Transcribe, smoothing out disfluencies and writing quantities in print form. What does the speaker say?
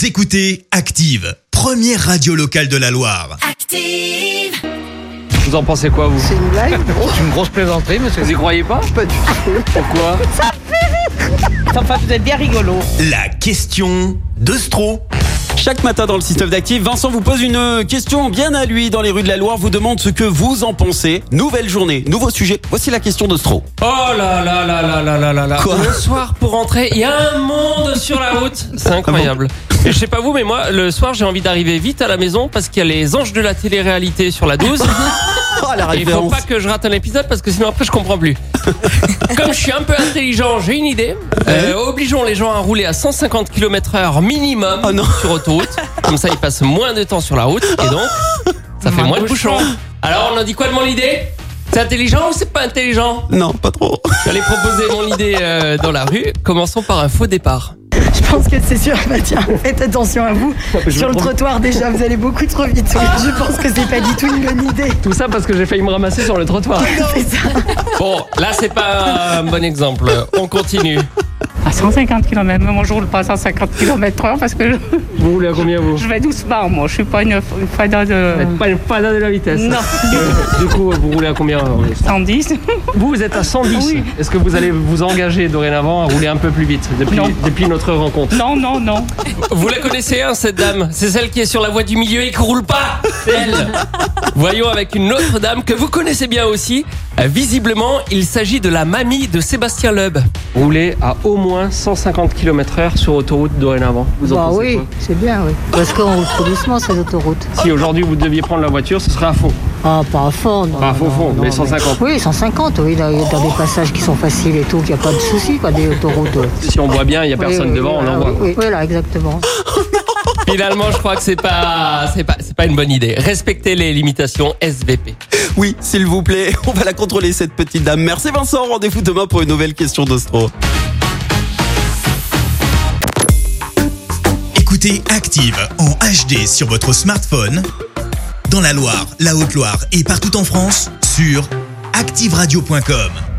Vous écoutez Active, première radio locale de la Loire. Active. Vous en pensez quoi, vous? C'est une blague? C'est une grosse plaisanterie, monsieur. Vous y croyez pas? Pas du tout. Pourquoi? Enfin, vous êtes bien rigolo. La question de Stro. Chaque matin dans le système d'Active, Vincent vous pose une question bien à lui dans les rues de la Loire, vous demande ce que vous en pensez. Nouvelle journée, nouveau sujet. Voici la question de Stro. Oh là là là là là là là là. Quoi? Le soir pour rentrer, il y a un monde sur la route. C'est incroyable. Et je sais pas vous, mais moi, le soir, j'ai envie d'arriver vite à la maison parce qu'il y a les anges de la télé-réalité sur la 12. Oh, la Et il faut référence. pas que je rate un épisode parce que sinon après je comprends plus. Comme je suis un peu intelligent, j'ai une idée. Obligeons les gens à rouler à 150 km/h minimum Oh non. sur autoroute. Comme ça, ils passent moins de temps sur la route et donc ça fait moins de bouchons. Alors, on en dit quoi de mon idée? C'est intelligent ou c'est pas intelligent? Non, pas trop. J'allais proposer mon idée dans la rue. Commençons par un faux départ. Je pense que c'est sûr. Bah tiens, faites attention à vous. Sur le trottoir déjà, vous allez beaucoup trop vite. Je pense que c'est pas du tout une bonne idée. Tout ça parce que j'ai failli me ramasser sur le trottoir. C'est ça. Bon, là c'est pas un bon exemple. On continue. À 150 km, moi je roule pas à 150 km/h parce que Vous roulez à combien vous? je vais doucement, moi je suis pas une fada de Pas une fada de la vitesse. Non. Du coup, vous roulez à combien? 110. Vous êtes à 110. Oui. Est-ce que vous allez vous engager dorénavant à rouler un peu plus vite Non. depuis notre rencontre? Non, non, non. Vous la connaissez, hein, cette dame? C'est celle qui est sur la voie du milieu et qui roule pas. C'est elle. Voyons avec une autre dame que vous connaissez bien aussi. Visiblement, il s'agit de la mamie de Sébastien Loeb. Rouler à au moins 150 km/h sur autoroute dorénavant. Vous en Bah pensez oui, quoi? c'est bien, oui. Parce qu'on roule trop doucement sur l'autoroute. Si aujourd'hui vous deviez prendre la voiture, ce serait à fond. Ah, pas à fond. Non, Pas à fond, non, mais non, 150. Oui, 150, oui, dans des passages qui sont faciles et tout, qu'il n'y a pas de souci, quoi, des autoroutes. Si on voit bien, il n'y a personne Oui, devant, on voilà, l'envoie. Oui, voilà, exactement. Finalement, je crois que c'est pas une bonne idée. Respectez les limitations SVP. Oui, s'il vous plaît, on va la contrôler cette petite dame. Merci Vincent, rendez-vous demain pour une nouvelle question d'Ostro. Écoutez Active en HD sur votre smartphone, dans la Loire, la Haute-Loire et partout en France, sur activeradio.com.